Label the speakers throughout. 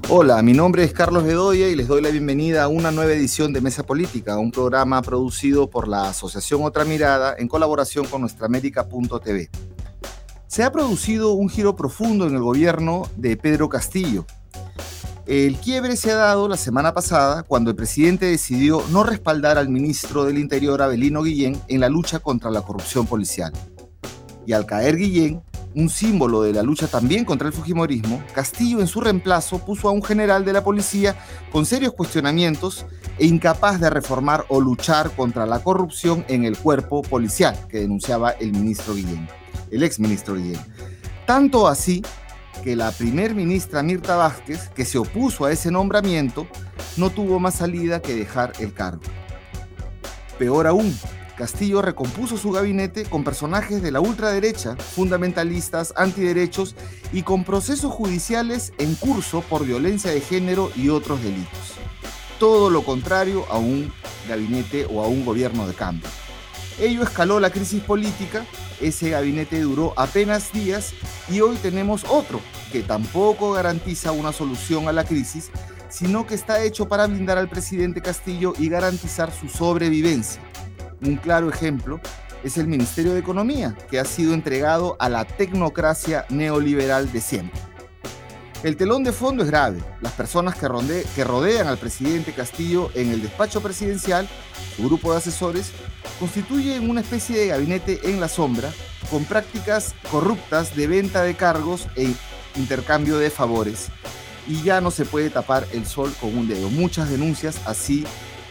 Speaker 1: Hola, mi nombre es Carlos Bedoya y les doy la bienvenida a una nueva edición de Mesa Política, un programa producido por la Asociación Otra Mirada en colaboración con nuestraamérica.tv. Se ha producido un giro profundo en el gobierno de Pedro Castillo. El quiebre se ha dado la semana pasada cuando el presidente decidió no respaldar al ministro del Interior, Avelino Guillén, en la lucha contra la corrupción policial. Y al caer Guillén, un símbolo de la lucha también contra el fujimorismo, Castillo en su reemplazo puso a un general de la policía con serios cuestionamientos e incapaz de reformar o luchar contra la corrupción en el cuerpo policial que denunciaba el ministro Guillén, el exministro Guillén. Tanto así que la primer ministra Mirta Vázquez, que se opuso a ese nombramiento, no tuvo más salida que dejar el cargo. Peor aún, Castillo recompuso su gabinete con personajes de la ultraderecha, fundamentalistas, antiderechos y con procesos judiciales en curso por violencia de género y otros delitos. Todo lo contrario a un gabinete o a un gobierno de cambio. Ello escaló la crisis política, ese gabinete duró apenas días y hoy tenemos otro que tampoco garantiza una solución a la crisis, sino que está hecho para blindar al presidente Castillo y garantizar su sobrevivencia. Un claro ejemplo es el Ministerio de Economía, que ha sido entregado a la tecnocracia neoliberal de siempre. El telón de fondo es grave. Las personas que rodean al presidente Castillo en el despacho presidencial, su grupo de asesores, constituyen una especie de gabinete en la sombra, con prácticas corruptas de venta de cargos e intercambio de favores. Y ya no se puede tapar el sol con un dedo. Muchas denuncias así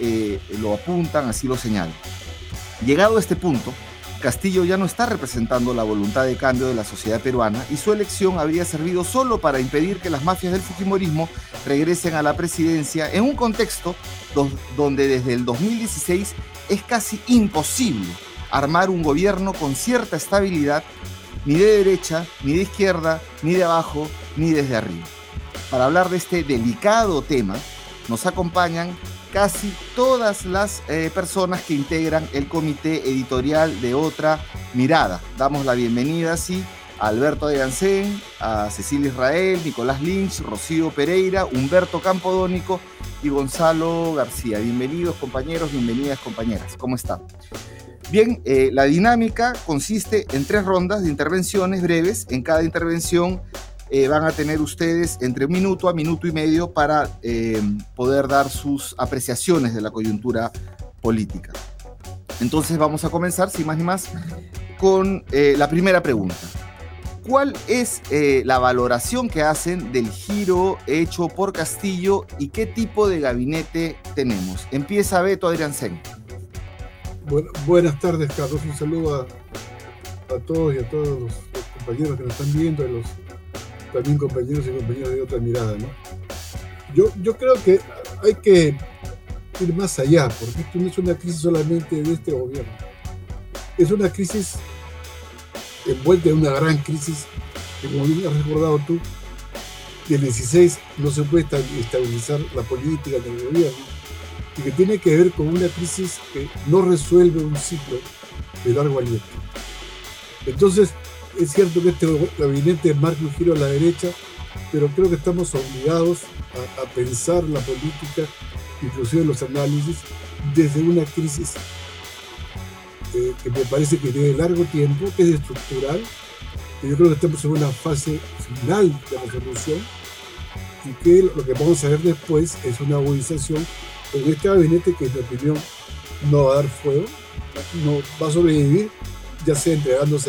Speaker 1: lo apuntan, así lo señalan. Llegado a este punto, Castillo ya no está representando la voluntad de cambio de la sociedad peruana y su elección habría servido solo para impedir que las mafias del fujimorismo regresen a la presidencia en un contexto donde desde el 2016 es casi imposible armar un gobierno con cierta estabilidad, ni de derecha, ni de izquierda, ni de abajo, ni desde arriba. Para hablar de este delicado tema, nos acompañan casi todas las personas que integran el comité editorial de Otra Mirada. Damos la bienvenida, sí, a Alberto Adriancén, a Cecilia Israel, Nicolás Lynch, Rocío Pereira, Humberto Campodónico y Gonzalo García. Bienvenidos, compañeros, bienvenidas, compañeras. ¿Cómo están? Bien, la dinámica consiste en 3 rondas de intervenciones breves. En cada intervención van a tener ustedes entre 1 minuto a 1 minuto y medio para poder dar sus apreciaciones de la coyuntura política. Entonces vamos a comenzar, sin más ni más, con la primera pregunta. ¿Cuál es la valoración que hacen del giro hecho por Castillo y qué tipo de gabinete tenemos? Empieza Beto Adriancén.
Speaker 2: Bueno, buenas tardes, Carlos. Un saludo a todos y a todos los compañeros que nos están viendo, a los también compañeros y compañeras de Otra Mirada, ¿no? Yo creo que hay que ir más allá, porque esto no es una crisis solamente de este gobierno. Es una crisis envuelta en una gran crisis que, como bien has recordado tú, del 16 no se puede estabilizar la política del gobierno y que tiene que ver con una crisis que no resuelve un ciclo de largo aliento. Entonces, es cierto que este gabinete marca un giro a la derecha, pero creo que estamos obligados a pensar la política, inclusive los análisis, desde una crisis que me parece que tiene largo tiempo, que es estructural, que yo creo que estamos en una fase final de resolución y que lo que vamos a ver después es una agudización en este gabinete que, en mi opinión, no va a dar fuego, no va a sobrevivir, ya sea entregándose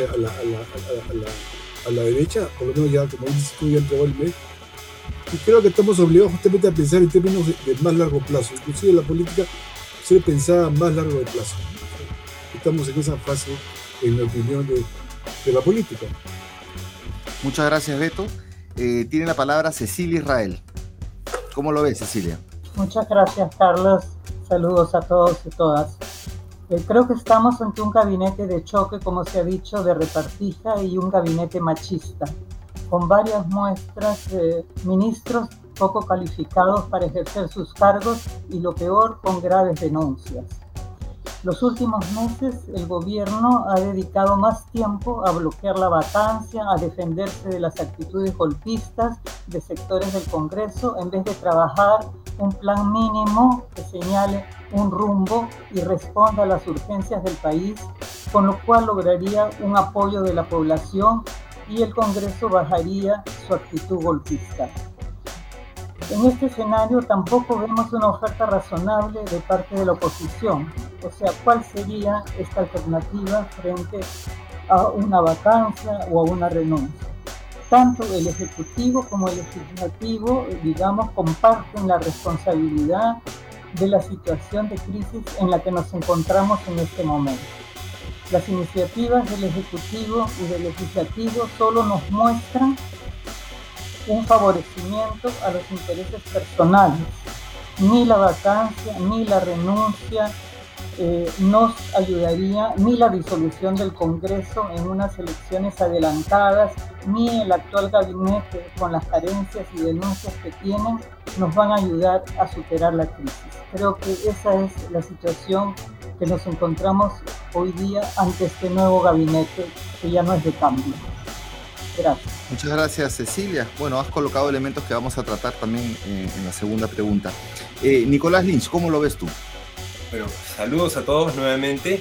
Speaker 2: a la derecha, por lo menos ya, como dices tú, ya entregó el mes. Y creo que estamos obligados justamente a pensar en términos de más largo plazo. Inclusive la política se pensaba a más largo de plazo. Estamos en esa fase, en mi opinión, de la política.
Speaker 1: Muchas gracias, Beto. Tiene la palabra Cecilia Israel. ¿Cómo lo ves, Cecilia?
Speaker 3: Muchas gracias, Carlos. Saludos a todos y todas. Creo que estamos ante un gabinete de choque, como se ha dicho, de repartija y un gabinete machista, con varias muestras de ministros poco calificados para ejercer sus cargos y, lo peor, con graves denuncias. Los últimos meses el gobierno ha dedicado más tiempo a bloquear la vacancia, a defenderse de las actitudes golpistas de sectores del Congreso, en vez de trabajar un plan mínimo que señale un rumbo y responda a las urgencias del país, con lo cual lograría un apoyo de la población y el Congreso bajaría su actitud golpista. En este escenario tampoco vemos una oferta razonable de parte de la oposición. O sea, ¿cuál sería esta alternativa frente a una vacancia o a una renuncia? Tanto el Ejecutivo como el Legislativo, digamos, comparten la responsabilidad de la situación de crisis en la que nos encontramos en este momento. Las iniciativas del Ejecutivo y del Legislativo solo nos muestran un favorecimiento a los intereses personales. Ni la vacancia, ni la renuncia nos ayudaría, ni la disolución del Congreso en unas elecciones adelantadas, ni el actual gabinete con las carencias y denuncias que tienen nos van a ayudar a superar la crisis. Creo que esa es la situación que nos encontramos hoy día ante este nuevo gabinete que ya no es de cambio. Gracias.
Speaker 1: Muchas gracias, Cecilia. Bueno, has colocado elementos que vamos a tratar también en la segunda pregunta. Nicolás Lynch, ¿cómo lo ves tú?
Speaker 4: Bueno, saludos a todos nuevamente.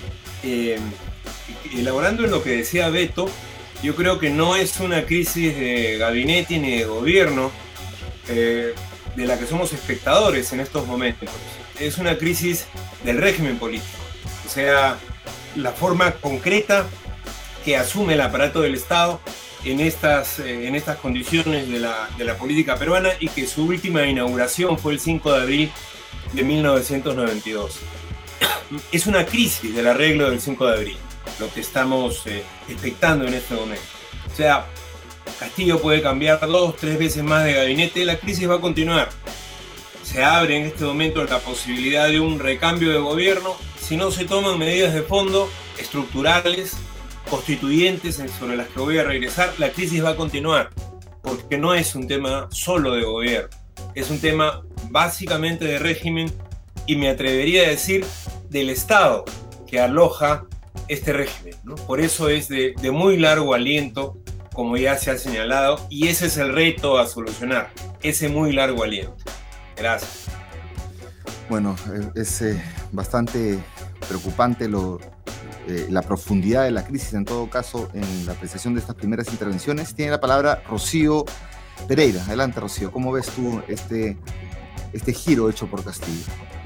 Speaker 4: Elaborando en lo que decía Beto, yo creo que no es una crisis de gabinete ni de gobierno de la que somos espectadores en estos momentos. Es una crisis del régimen político. O sea, la forma concreta que asume el aparato del Estado en estas condiciones de la política peruana, y que su última inauguración fue el 5 de abril de 1992. Es una crisis del arreglo del 5 de abril, lo que estamos expectando en este momento. O sea, Castillo puede cambiar 2-3 veces más de gabinete, la crisis va a continuar. Se abre en este momento la posibilidad de un recambio de gobierno si no se toman medidas de fondo, estructurales, constituyentes, sobre las que voy a regresar. La crisis va a continuar, porque no es un tema solo de gobierno, es un tema básicamente de régimen, y me atrevería a decir del Estado que aloja este régimen, ¿no? Por eso es de muy largo aliento, como ya se ha señalado, y ese es el reto a solucionar, ese muy largo aliento. Gracias.
Speaker 1: Bueno, es bastante preocupante la profundidad de la crisis, en todo caso, en la apreciación de estas primeras intervenciones. Tiene la palabra Rocío Pereira. Adelante, Rocío. ¿Cómo ves tú este giro hecho por Castillo?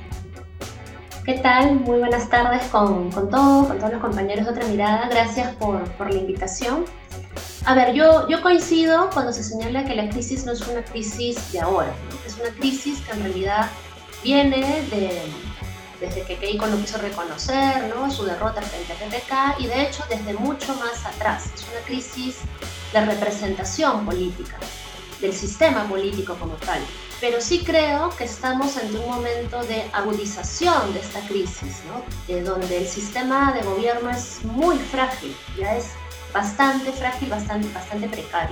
Speaker 5: ¿Qué tal? Muy buenas tardes con todos los compañeros de Otra Mirada. Gracias por la invitación. A ver, yo coincido cuando se señala que la crisis no es una crisis de ahora, ¿no? Es una crisis que en realidad viene desde que Keiko no quiso reconocer, ¿no?, su derrota frente a PPK, y de hecho desde mucho más atrás. Es una crisis de representación política, del sistema político como tal. Pero sí creo que estamos ante un momento de agudización de esta crisis, ¿no?, donde el sistema de gobierno es muy frágil, ya es bastante frágil, bastante precario.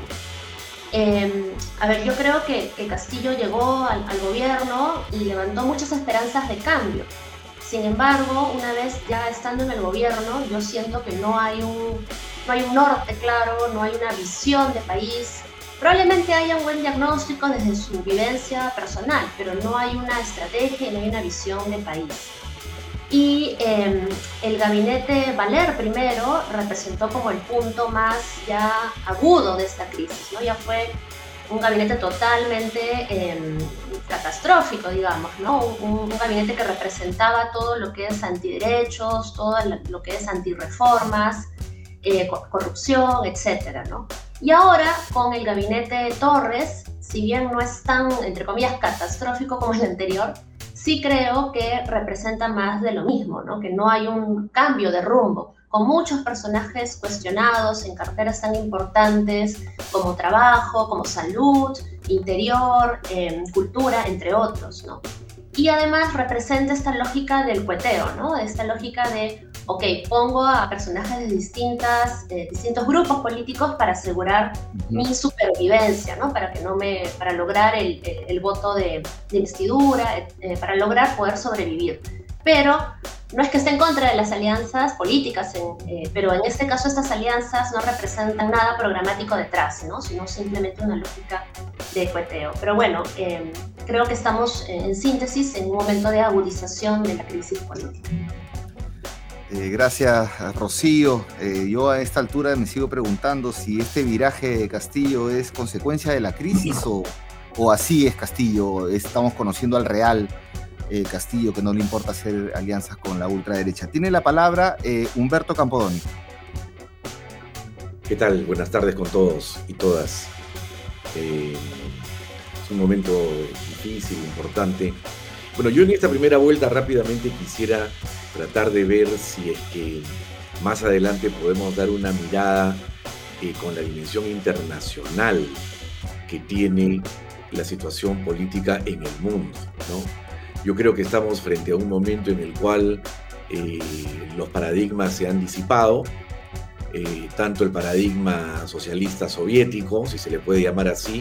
Speaker 5: A ver, yo creo que Castillo llegó al gobierno y levantó muchas esperanzas de cambio. Sin embargo, una vez ya estando en el gobierno, yo siento que no hay un norte claro, no hay una visión de país. Probablemente haya un buen diagnóstico desde su vivencia personal, pero no hay una estrategia y no hay una visión de país. Y el gabinete Valer primero representó como el punto más ya agudo de esta crisis, ¿no? Ya fue un gabinete totalmente catastrófico, digamos, ¿no? Un gabinete que representaba todo lo que es antiderechos, todo lo que es antirreformas, corrupción, etcétera, ¿no? Y ahora, con el gabinete Torres, si bien no es tan, entre comillas, catastrófico como el anterior, sí creo que representa más de lo mismo, ¿no? Que no hay un cambio de rumbo, con muchos personajes cuestionados en carteras tan importantes como trabajo, como salud, interior, cultura, entre otros, ¿no? Y además representa esta lógica del cueteo, ¿no? Esta lógica de, ok, pongo a personajes de distintos grupos políticos para asegurar mi supervivencia, ¿no? Para lograr el voto de investidura, para lograr poder sobrevivir. Pero no es que esté en contra de las alianzas políticas, pero en este caso estas alianzas no representan nada programático detrás, ¿no? Sino simplemente una lógica de cueteo. Pero bueno, creo que estamos en síntesis en un momento de agudización de la crisis política.
Speaker 1: Gracias, Rocío. Yo a esta altura me sigo preguntando si este viraje de Castillo es consecuencia de la crisis o así es Castillo. Estamos conociendo al real Castillo, que no le importa hacer alianzas con la ultraderecha. Tiene la palabra Humberto Campodónico.
Speaker 6: ¿Qué tal? Buenas tardes con todos y todas. Es un momento difícil, importante. Bueno, yo en esta primera vuelta rápidamente quisiera tratar de ver si es que más adelante podemos dar una mirada con la dimensión internacional que tiene la situación política en el mundo, ¿no? Yo creo que estamos frente a un momento en el cual los paradigmas se han disipado, tanto el paradigma socialista soviético, si se le puede llamar así,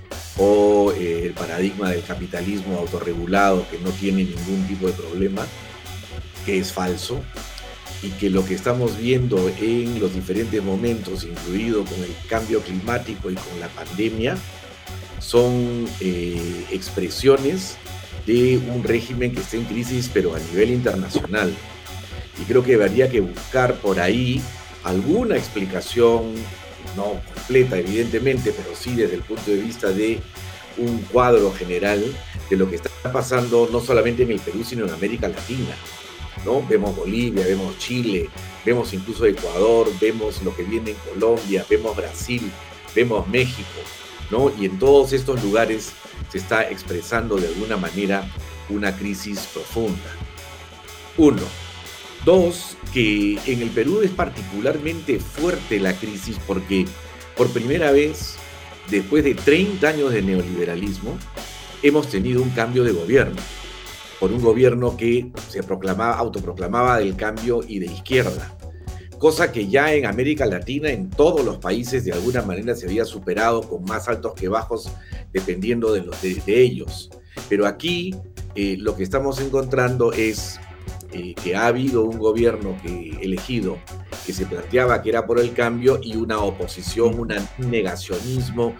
Speaker 6: o el paradigma del capitalismo autorregulado que no tiene ningún tipo de problema, que es falso, y que lo que estamos viendo en los diferentes momentos, incluido con el cambio climático y con la pandemia, son expresiones de un régimen que está en crisis, pero a nivel internacional. Y creo que habría que buscar por ahí alguna explicación, no completa evidentemente, pero sí desde el punto de vista de un cuadro general de lo que está pasando no solamente en el Perú, sino en América Latina, ¿no? Vemos Bolivia, vemos Chile, vemos incluso Ecuador, vemos lo que viene en Colombia, vemos Brasil, vemos México, ¿no? Y en todos estos lugares se está expresando de alguna manera una crisis profunda. Uno. Dos, que en el Perú es particularmente fuerte la crisis porque por primera vez, después de 30 años de neoliberalismo, hemos tenido un cambio de gobierno, por un gobierno que se autoproclamaba del cambio y de izquierda, cosa que ya en América Latina, en todos los países, de alguna manera se había superado con más altos que bajos, dependiendo de ellos. Pero aquí lo que estamos encontrando es que ha habido un gobierno elegido que se planteaba que era por el cambio y una oposición, un negacionismo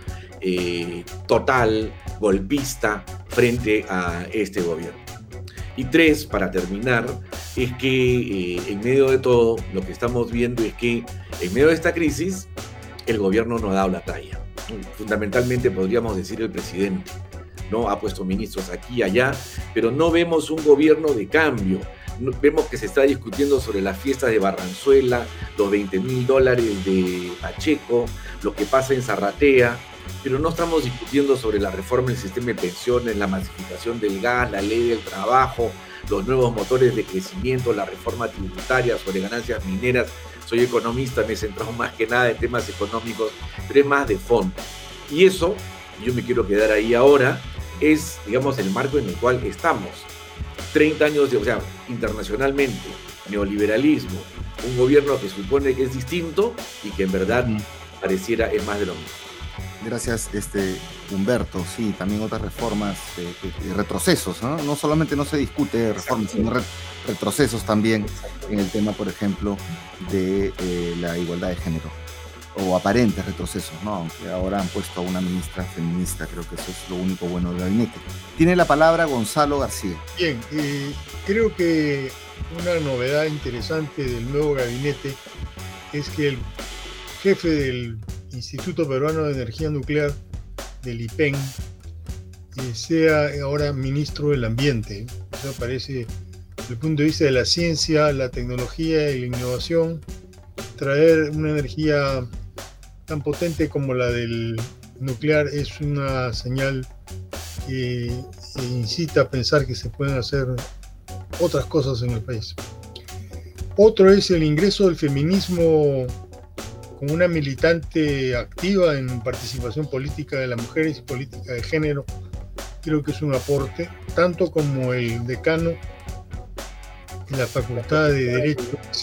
Speaker 6: total, golpista, frente a este gobierno. Y tres, para terminar, es que en medio de todo lo que estamos viendo es que en medio de esta crisis el gobierno no ha dado la talla. Fundamentalmente podríamos decir el presidente, ¿no? Ha puesto ministros aquí y allá, pero no vemos un gobierno de cambio. Vemos que se está discutiendo sobre las fiestas de Barranzuela, los $20,000 de Pacheco, lo que pasa en Zarratea, pero no estamos discutiendo sobre la reforma del sistema de pensiones, la masificación del gas, la ley del trabajo, los nuevos motores de crecimiento, la reforma tributaria sobre ganancias mineras. Soy economista, me he centrado más que nada en temas económicos, pero es más de fondo. Y eso, yo me quiero quedar ahí ahora, es, digamos, el marco en el cual estamos. 30 años, o sea, internacionalmente, neoliberalismo, un gobierno que supone que es distinto y que en verdad pareciera es más de lo mismo.
Speaker 1: Gracias, Humberto. Sí, también otras reformas, retrocesos, ¿no? No solamente no se discute reformas, sino retrocesos también en el tema, por ejemplo, de la igualdad de género, o aparentes retrocesos, ¿no? Aunque ahora han puesto a una ministra feminista, creo que eso es lo único bueno del gabinete. Tiene la palabra Gonzalo García.
Speaker 2: Bien, creo que una novedad interesante del nuevo gabinete es que el jefe del Instituto Peruano de Energía Nuclear, del IPEN, sea ahora ministro del Ambiente. Eso parece, desde el punto de vista de la ciencia, la tecnología y la innovación, traer una energía tan potente como la del nuclear es una señal que incita a pensar que se pueden hacer otras cosas en el país. Otro es el ingreso del feminismo como una militante activa en participación política de las mujeres y política de género. Creo que es un aporte, tanto como el decano de la Facultad de Derecho,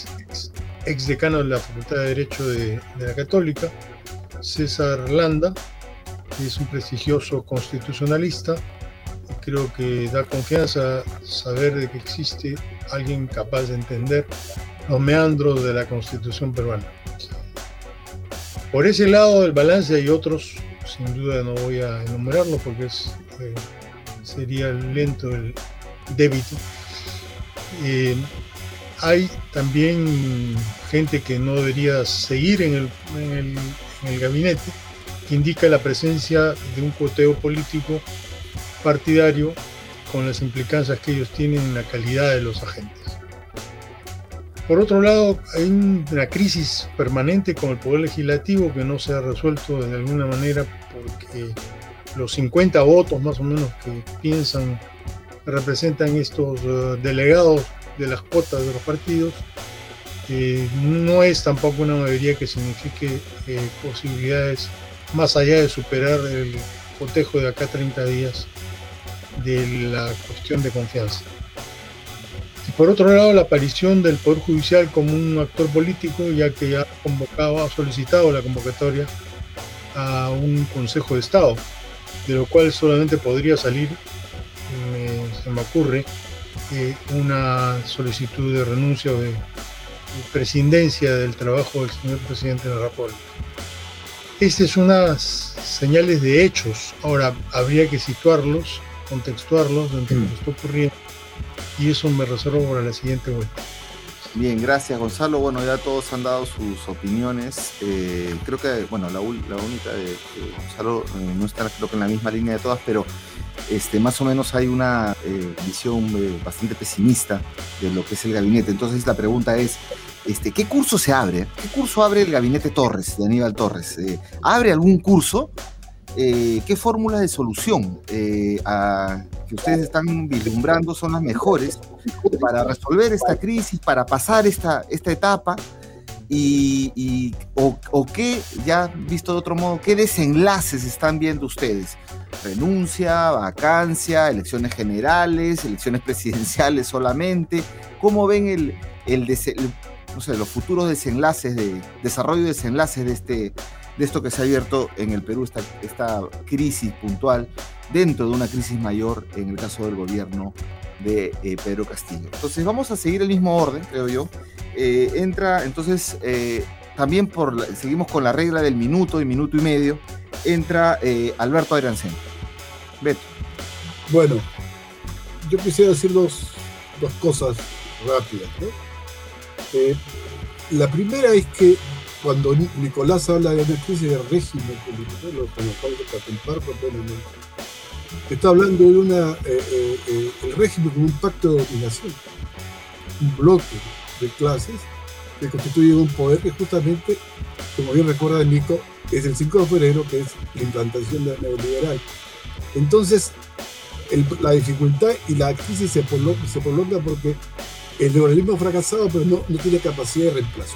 Speaker 2: ex decano de la Facultad de Derecho de la Católica, César Landa, que es un prestigioso constitucionalista, y creo que da confianza saber de que existe alguien capaz de entender los meandros de la Constitución peruana. Por ese lado del balance hay otros, sin duda no voy a enumerarlos porque sería lento el débito. Hay también gente que no debería seguir en el gabinete, que indica la presencia de un coteo político partidario con las implicancias que ellos tienen en la calidad de los agentes. Por otro lado, hay una crisis permanente con el Poder Legislativo que no se ha resuelto de alguna manera porque los 50 votos más o menos que piensan representan estos delegados de las cuotas de los partidos, no es tampoco una mayoría que signifique posibilidades más allá de superar el cotejo de acá 30 días de la cuestión de confianza. Y por otro lado, la aparición del Poder Judicial como un actor político, ya que ya ha solicitado la convocatoria a un Consejo de Estado, de lo cual solamente podría salir, se me ocurre, una solicitud de renuncia o de prescindencia del trabajo del señor presidente de la República. Estas son unas señales de hechos. Ahora habría que situarlos, contextuarlos dentro de lo que está ocurriendo, y eso me reservo para la siguiente vuelta.
Speaker 1: Bien, gracias Gonzalo. Bueno, ya todos han dado sus opiniones. Creo que, bueno, la única de Gonzalo no está, creo que en la misma línea de todas, pero más o menos hay una visión bastante pesimista de lo que es el gabinete. Entonces la pregunta es, ¿qué curso se abre? ¿Qué curso abre el gabinete Torres, de Aníbal Torres? ¿Abre algún curso? ¿Qué fórmulas de solución que ustedes están vislumbrando son las mejores para resolver esta crisis, para pasar esta etapa? O qué, ya visto de otro modo, ¿qué desenlaces están viendo ustedes? ¿Renuncia, vacancia, elecciones generales, elecciones presidenciales solamente? ¿Cómo ven los futuros desenlaces, desarrollo de desenlaces de esto que se ha abierto en el Perú, esta crisis puntual, dentro de una crisis mayor en el caso del gobierno de Pedro Castillo? Entonces vamos a seguir el mismo orden, creo yo. También seguimos con la regla del minuto y medio. Entra Alberto Adriancén. Beto.
Speaker 2: Bueno, yo quisiera decir dos cosas rápidas, ¿no? La primera es que cuando Nicolás habla de una especie de régimen político, con lo cual comparto plenamente, está hablando de el régimen como un pacto de dominación, un bloque de clases que constituye un poder que justamente, como bien recuerda Nico, es el 5 de febrero, que es la implantación neoliberal. Entonces, la dificultad y la crisis se prolonga porque el neoliberalismo ha fracasado, pero no tiene capacidad de reemplazo.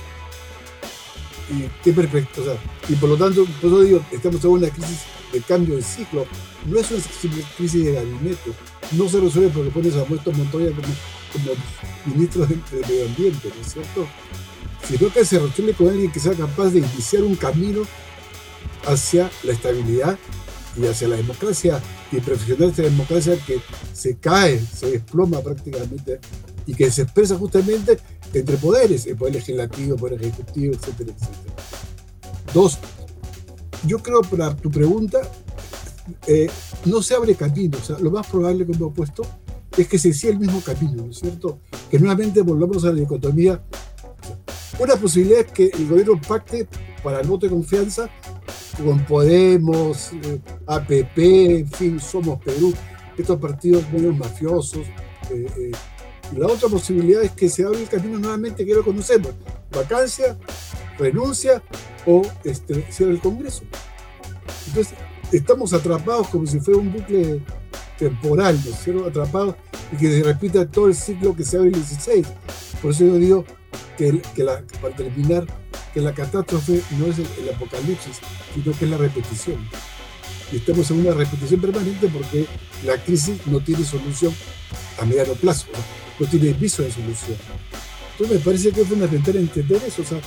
Speaker 2: Y por lo tanto, por eso digo, estamos en una crisis de cambio de ciclo. No es una crisis de gabinete. No se resuelve porque pones a Ernesto Montoya como ministro de Medio Ambiente, ¿no es cierto? Sino que se resuelve con alguien que sea capaz de iniciar un camino hacia la estabilidad y hacia la democracia, y perfeccionar esta democracia que se cae, se desploma prácticamente, y que se expresa justamente entre poderes, el poder legislativo, el poder ejecutivo, etcétera, etcétera. Dos, yo creo, para tu pregunta, no se abre camino. O sea, lo más probable, como he puesto, es que se siga el mismo camino, ¿no es cierto? Que nuevamente volvamos a la dicotomía. Una posibilidad es que el gobierno pacte para el voto de confianza con Podemos, APP, en fin, Somos Perú, estos partidos medio mafiosos. Y la otra posibilidad es que se abra el camino nuevamente que lo conocemos: vacancia, renuncia o cierre el Congreso. Entonces, estamos atrapados como si fuera un bucle temporal, ¿no es cierto? Atrapados, y que se repita todo el ciclo que se abre el 16. Por eso yo digo para terminar, que la catástrofe no es el apocalipsis, sino que es la repetición. Y estamos en una repetición permanente porque la crisis no tiene solución a mediano plazo, no tiene viso de solución. Entonces me parece que es fundamental entender eso. O sea,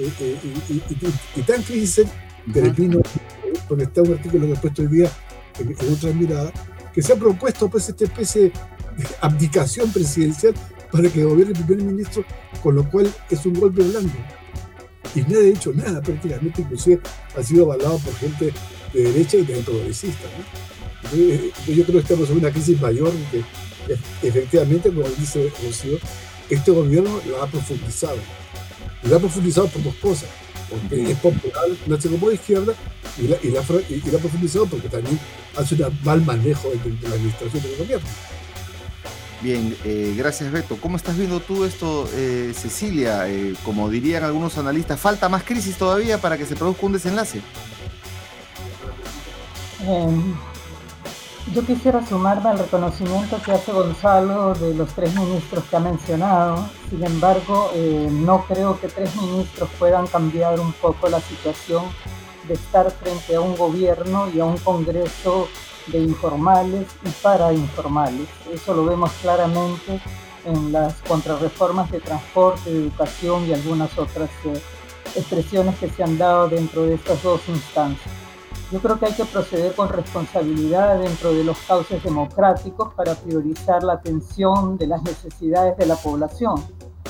Speaker 2: y tan crisis termino, porque está un artículo que he puesto hoy día en otra mirada, que se ha propuesto pues esta especie de abdicación presidencial para que gobierne el primer ministro, con lo cual es un golpe blando. Y nadie ha dicho nada prácticamente, inclusive ha sido avalado por gente de derecha y también progresista, ¿no? Entonces, yo creo que estamos en una crisis mayor que efectivamente, como dice Rocío, este gobierno lo ha profundizado. Y lo ha profundizado por dos cosas, porque es popular, nace como de izquierda, y la ha profundizado porque también hace un mal manejo de la administración del gobierno.
Speaker 1: Bien, gracias Beto. ¿Cómo estás viendo tú esto, Cecilia? Como dirían algunos analistas, ¿falta más crisis todavía para que se produzca un desenlace?
Speaker 3: Yo quisiera sumarme al reconocimiento que hace Gonzalo de los 3 ministros que ha mencionado. Sin embargo, no creo que 3 ministros puedan cambiar un poco la situación de estar frente a un gobierno y a un Congreso de informales y para informales. Eso lo vemos claramente en las contrarreformas de transporte, de educación y algunas otras expresiones que se han dado dentro de estas dos instancias. Yo creo que hay que proceder con responsabilidad dentro de los cauces democráticos para priorizar la atención de las necesidades de la población.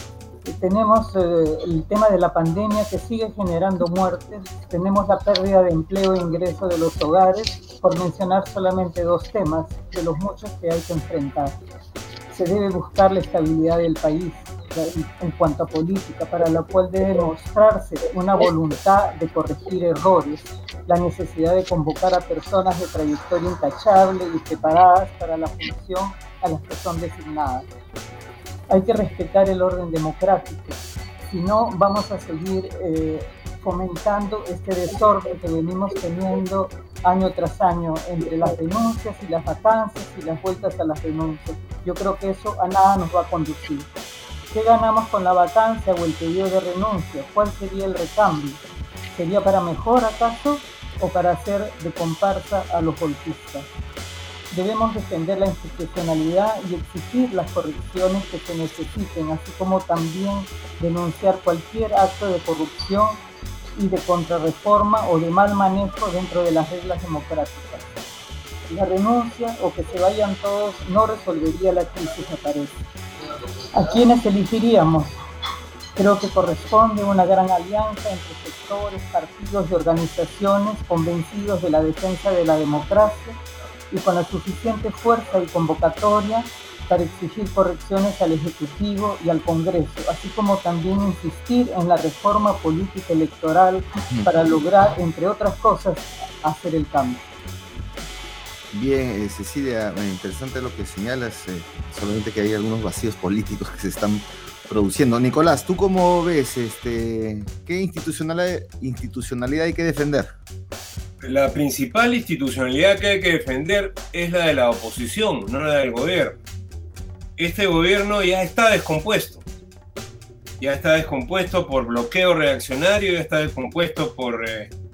Speaker 3: Tenemos el tema de la pandemia que sigue generando muertes, tenemos la pérdida de empleo e ingreso de los hogares, por mencionar solamente 2 temas de los muchos que hay que enfrentar. Se debe buscar la estabilidad del país en cuanto a política, para la cual debe mostrarse una voluntad de corregir errores, la necesidad de convocar a personas de trayectoria intachable y preparadas para la función a las que son designadas. Hay que respetar el orden democrático, si no vamos a seguir fomentando este desorden que venimos teniendo año tras año entre las renuncias y las vacancias y las vueltas a las renuncias. Yo creo que eso a nada nos va a conducir. ¿Qué ganamos con la vacancia o el pedido de renuncia? ¿Cuál sería el recambio? ¿Sería para mejor acaso o para hacer de comparsa a los golpistas? Debemos defender la institucionalidad y exigir las correcciones que se necesiten, así como también denunciar cualquier acto de corrupción y de contrarreforma o de mal manejo dentro de las reglas democráticas. La renuncia o que se vayan todos no resolvería la crisis, me parece. ¿A quiénes elegiríamos? Creo que corresponde una gran alianza entre sectores, partidos y organizaciones convencidos de la defensa de la democracia y con la suficiente fuerza y convocatoria para exigir correcciones al Ejecutivo y al Congreso, así como también insistir en la reforma política electoral para lograr, entre otras cosas, hacer el cambio.
Speaker 1: Bien, Cecilia, interesante lo que señalas, solamente que hay algunos vacíos políticos que se están produciendo. Nicolás, ¿tú cómo ves qué institucionalidad hay que defender?
Speaker 4: La principal institucionalidad que hay que defender es la de la oposición, no la del gobierno. Este gobierno ya está descompuesto. Ya está descompuesto por bloqueo reaccionario, ya está descompuesto por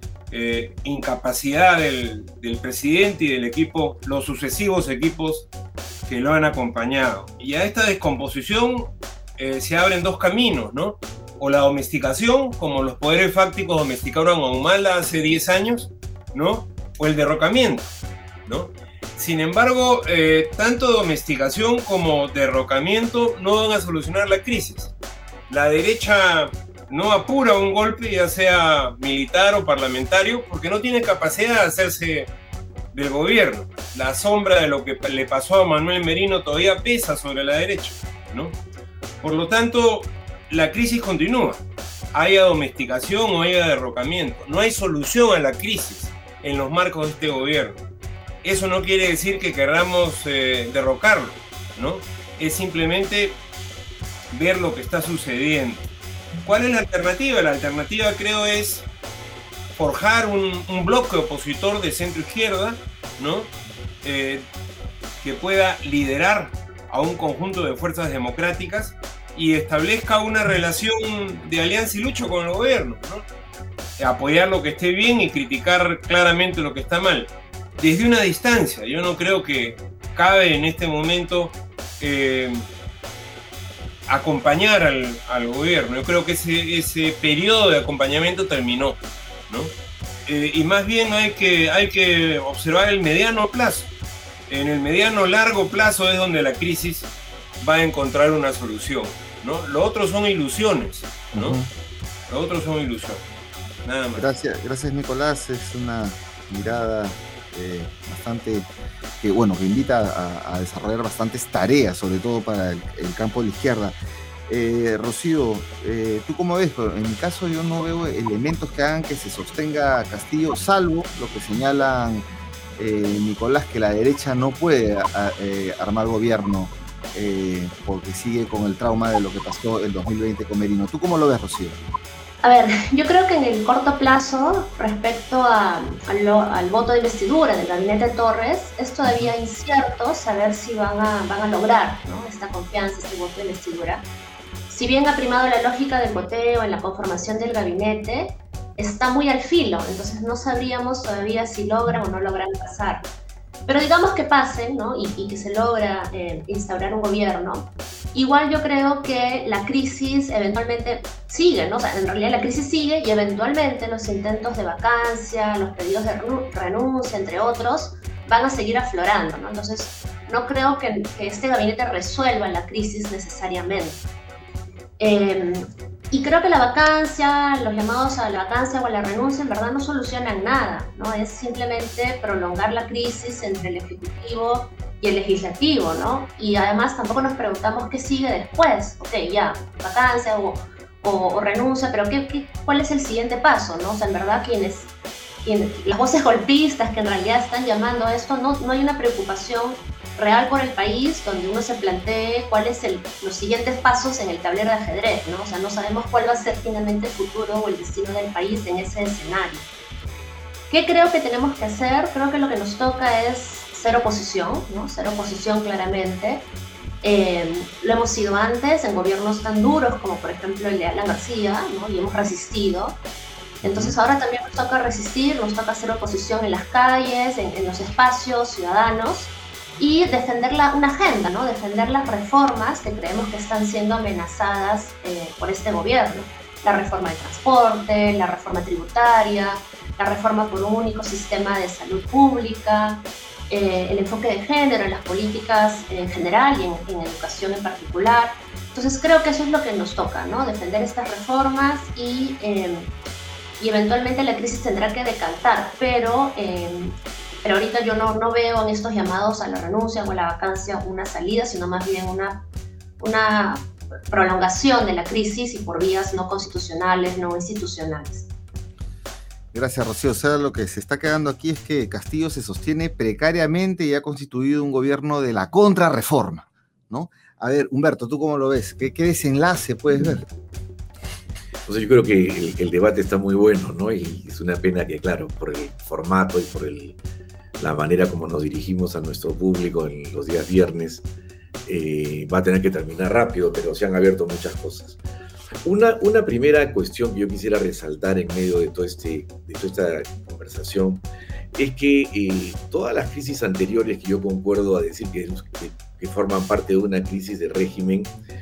Speaker 4: incapacidad del presidente y del equipo, los sucesivos equipos que lo han acompañado. Y a esta descomposición se abren 2 caminos, ¿no? O la domesticación, como los poderes fácticos domesticaron a Humala hace 10 años, ¿no? O el derrocamiento, ¿no? Sin embargo, tanto domesticación como derrocamiento no van a solucionar la crisis. La derecha no apura un golpe, ya sea militar o parlamentario, porque no tiene capacidad de hacerse del gobierno. La sombra de lo que le pasó a Manuel Merino todavía pesa sobre la derecha, ¿no? Por lo tanto, la crisis continúa. Haya domesticación o haya derrocamiento. No hay solución a la crisis en los marcos de este gobierno. Eso no quiere decir que queramos derrocarlo, ¿no? Es simplemente ver lo que está sucediendo. ¿Cuál es la alternativa? La alternativa, creo, es forjar un bloque opositor de centro-izquierda, ¿no? Que pueda liderar a un conjunto de fuerzas democráticas y establezca una relación de alianza y lucha con el gobierno, ¿no? Apoyar lo que esté bien y criticar claramente lo que está mal. Desde una distancia, yo no creo que cabe en este momento acompañar al gobierno. Yo creo que ese periodo de acompañamiento terminó, ¿no? Y más bien hay que observar el mediano plazo. En el mediano largo plazo es donde la crisis va a encontrar una solución, ¿no? Lo otro son ilusiones, ¿no? Lo otro son ilusiones, nada más.
Speaker 1: Gracias Nicolás, es una mirada bastante, que invita a desarrollar bastantes tareas, sobre todo para el campo de la izquierda. Rocío, ¿tú cómo ves? En mi caso yo no veo elementos que hagan que se sostenga Castillo, salvo lo que señalan Nicolás, que la derecha no puede armar gobierno porque sigue con el trauma de lo que pasó el 2020 con Merino. ¿Tú cómo lo ves, Rocío?
Speaker 5: A ver, yo creo que en el corto plazo, respecto al voto de investidura del gabinete Torres, es todavía incierto saber si van a lograr, ¿no?, esta confianza, este voto de investidura. Si bien ha primado la lógica del voteo en la conformación del gabinete, está muy al filo, entonces no sabríamos todavía si logran o no logran pasar. Pero digamos que pasen, ¿no?, y que se logra instaurar un gobierno. Igual yo creo que la crisis eventualmente sigue, ¿no? O sea, en realidad la crisis sigue y eventualmente los intentos de vacancia, los pedidos de renuncia, entre otros, van a seguir aflorando, ¿no? Entonces, no creo que este gabinete resuelva la crisis necesariamente. Y creo que la vacancia, los llamados a la vacancia o a la renuncia, en verdad no solucionan nada, ¿no? Es simplemente prolongar la crisis entre el Ejecutivo y el Legislativo, ¿no? Y además tampoco nos preguntamos qué sigue después. Ok, ya, vacancia o renuncia, pero ¿cuál es el siguiente paso, ¿no? O sea, en verdad las voces golpistas que en realidad están llamando a esto, no hay una preocupación real por el país donde uno se plantee cuáles los siguientes pasos en el tablero de ajedrez, ¿no? O sea, no sabemos cuál va a ser finalmente el futuro o el destino del país en ese escenario. ¿Qué creo que tenemos que hacer? Creo que lo que nos toca es ser oposición, ¿no? Ser oposición claramente. Lo hemos sido antes en gobiernos tan duros como por ejemplo el de Alan García, ¿no? Y hemos resistido. Entonces ahora también nos toca resistir, nos toca hacer oposición en las calles, en los espacios ciudadanos, y defender una agenda, ¿no? Defender las reformas que creemos que están siendo amenazadas por este gobierno. La reforma de transporte, la reforma tributaria, la reforma por un único sistema de salud pública, el enfoque de género en las políticas en general y en educación en particular. Entonces creo que eso es lo que nos toca, ¿no? Defender estas reformas y eventualmente la crisis tendrá que decantar, pero ahorita yo no veo en estos llamados a la renuncia o a la vacancia una salida, sino más bien una prolongación de la crisis y por vías no constitucionales, no institucionales.
Speaker 1: Gracias, Rocío. O sea, lo que se está quedando aquí es que Castillo se sostiene precariamente y ha constituido un gobierno de la contrarreforma, ¿no? A ver, Humberto, ¿tú cómo lo ves? ¿Qué desenlace puedes ver?
Speaker 6: O sea, yo creo que el debate está muy bueno, ¿no? Y es una pena que, claro, por el formato y por la manera como nos dirigimos a nuestro público en los días viernes, va a tener que terminar rápido, pero se han abierto muchas cosas. Una primera cuestión que yo quisiera resaltar en medio de toda esta conversación es que todas las crisis anteriores que yo concuerdo a decir que forman parte de una crisis de régimen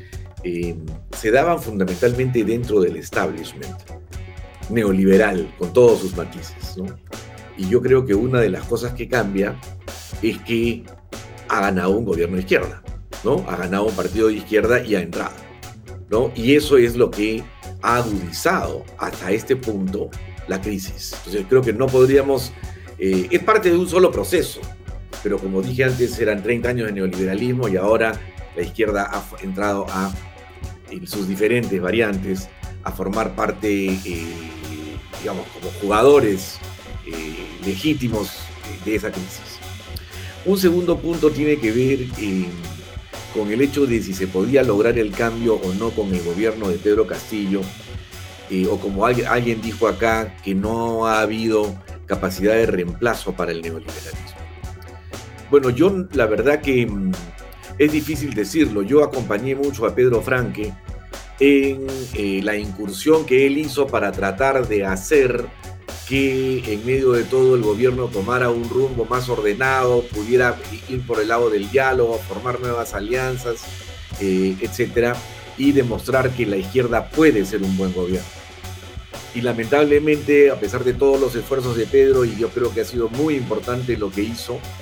Speaker 6: se daban fundamentalmente dentro del establishment neoliberal, con todos sus matices, ¿no? Y yo creo que una de las cosas que cambia es que ha ganado un gobierno de izquierda, ¿no? Ha ganado un partido de izquierda y ha entrado, ¿no? Y eso es lo que ha agudizado hasta este punto la crisis. Entonces creo que no podríamos... es parte de un solo proceso, pero como dije antes, eran 30 años de neoliberalismo y ahora la izquierda ha entrado en sus diferentes variantes a formar parte, digamos, como jugadores legítimos de esa crisis. Un segundo punto tiene que ver con el hecho de si se podía lograr el cambio o no con el gobierno de Pedro Castillo, o como alguien dijo acá, que no ha habido capacidad de reemplazo para el neoliberalismo. Bueno, yo la verdad que es difícil decirlo. Yo acompañé mucho a Pedro Franque en la incursión que él hizo para tratar de hacer que en medio de todo el gobierno tomara un rumbo más ordenado, pudiera ir por el lado del diálogo, formar nuevas alianzas, etcétera, y demostrar que la izquierda puede ser un buen gobierno. Y lamentablemente, a pesar de todos los esfuerzos de Pedro, y yo creo que ha sido muy importante lo que hizo,